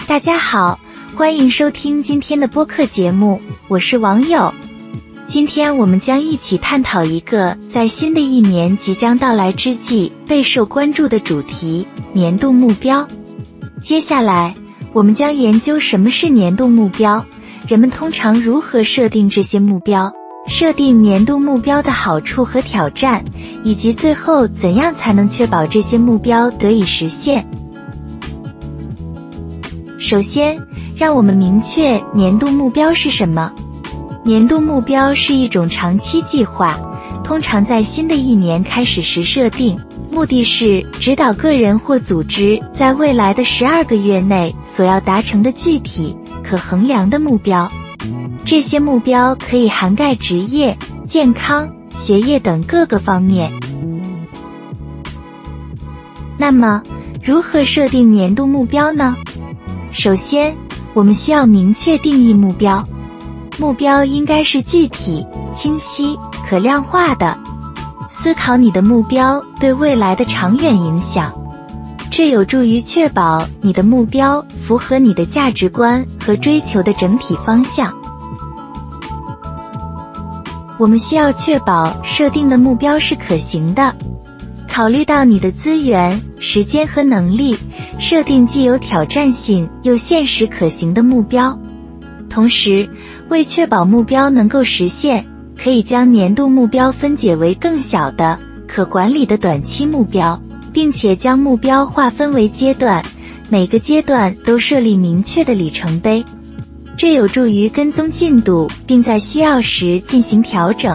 大家好，欢迎收听今天的播客节目，我是网友。今天我们将一起探讨一个在新的一年即将到来之际备受关注的主题——年度目标。接下来，我们将研究什么是年度目标，人们通常如何设定这些目标，设定年度目标的好处和挑战，以及最后怎样才能确保这些目标得以实现。首先，让我们明确年度目标是什么。年度目标是一种长期计划，通常在新的一年开始时设定，目的是指导个人或组织在未来的12个月内所要达成的具体、可衡量的目标。这些目标可以涵盖职业、健康、学业等各个方面。那么，如何设定年度目标呢？首先，我们需要明确定义目标。目标应该是具体、清晰、可量化的。思考你的目标对未来的长远影响，这有助于确保你的目标符合你的价值观和追求的整体方向。我们需要确保设定的目标是可行的。考虑到你的资源、时间和能力，设定既有挑战性又现实可行的目标。同时，为确保目标能够实现，可以将年度目标分解为更小的、可管理的短期目标，并且将目标划分为阶段，每个阶段都设立明确的里程碑。这有助于跟踪进度，并在需要时进行调整。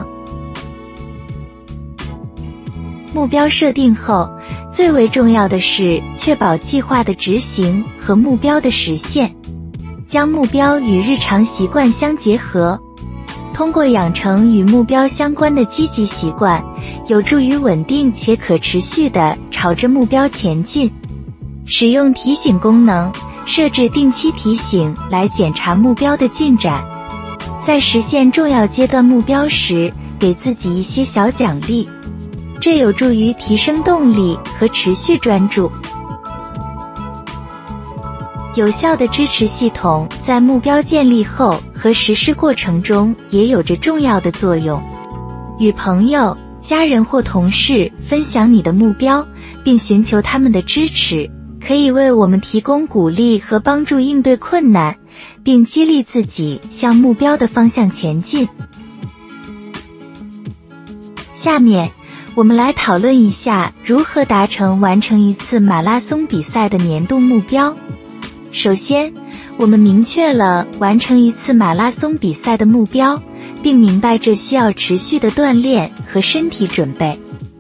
目标设定后，最为重要的是确保计划的执行和目标的实现，将目标与日常习惯相结合。通过养成与目标相关的积极习惯，有助于稳定且可持续地朝着目标前进。使用提醒功能，设置定期提醒来检查目标的进展。在实现重要阶段目标时，给自己一些小奖励，这有助于提升动力和持续专注。有效的支持系统在目标建立后和实施过程中也有着重要的作用。与朋友、家人或同事分享你的目标，并寻求他们的支持，可以为我们提供鼓励和帮助应对困难，并激励自己向目标的方向前进。下面，我们来讨论一下如何完成一次马拉松比赛的年度目标。首先，我们明确了完成一次马拉松比赛的目标，并明白这需要持续的锻炼和身体准备。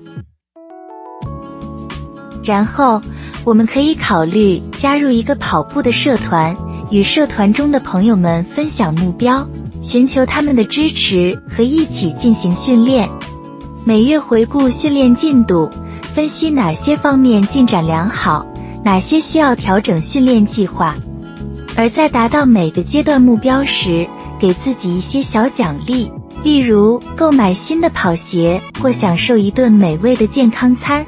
然后，我们可以考虑加入一个跑步的社团，与社团中的朋友们分享目标，寻求他们的支持和一起进行训练。每月回顾训练进度，分析哪些方面进展良好，哪些需要调整训练计划。而在达到每个阶段目标时，给自己一些小奖励，例如购买新的跑鞋或享受一顿美味的健康餐。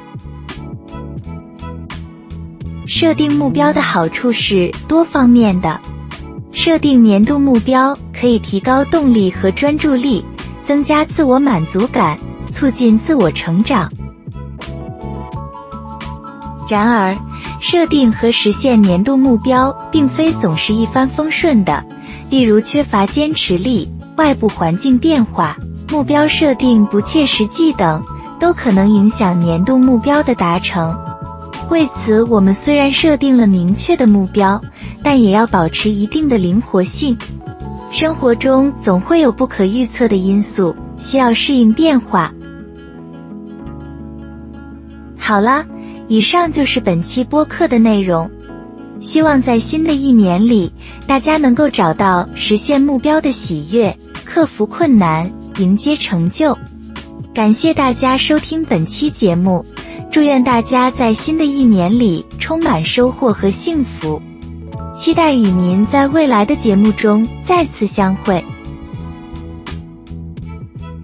设定目标的好处是多方面的。设定年度目标可以提高动力和专注力，增加自我满足感，促进自我成长。然而，设定和实现年度目标并非总是一帆风顺的，例如缺乏坚持力、外部环境变化、目标设定不切实际等，都可能影响年度目标的达成。为此，我们虽然设定了明确的目标，但也要保持一定的灵活性。生活中总会有不可预测的因素，需要适应变化。好了，以上就是本期播客的内容。希望在新的一年里，大家能够找到实现目标的喜悦，克服困难，迎接成就。感谢大家收听本期节目，祝愿大家在新的一年里充满收获和幸福。期待与您在未来的节目中再次相会。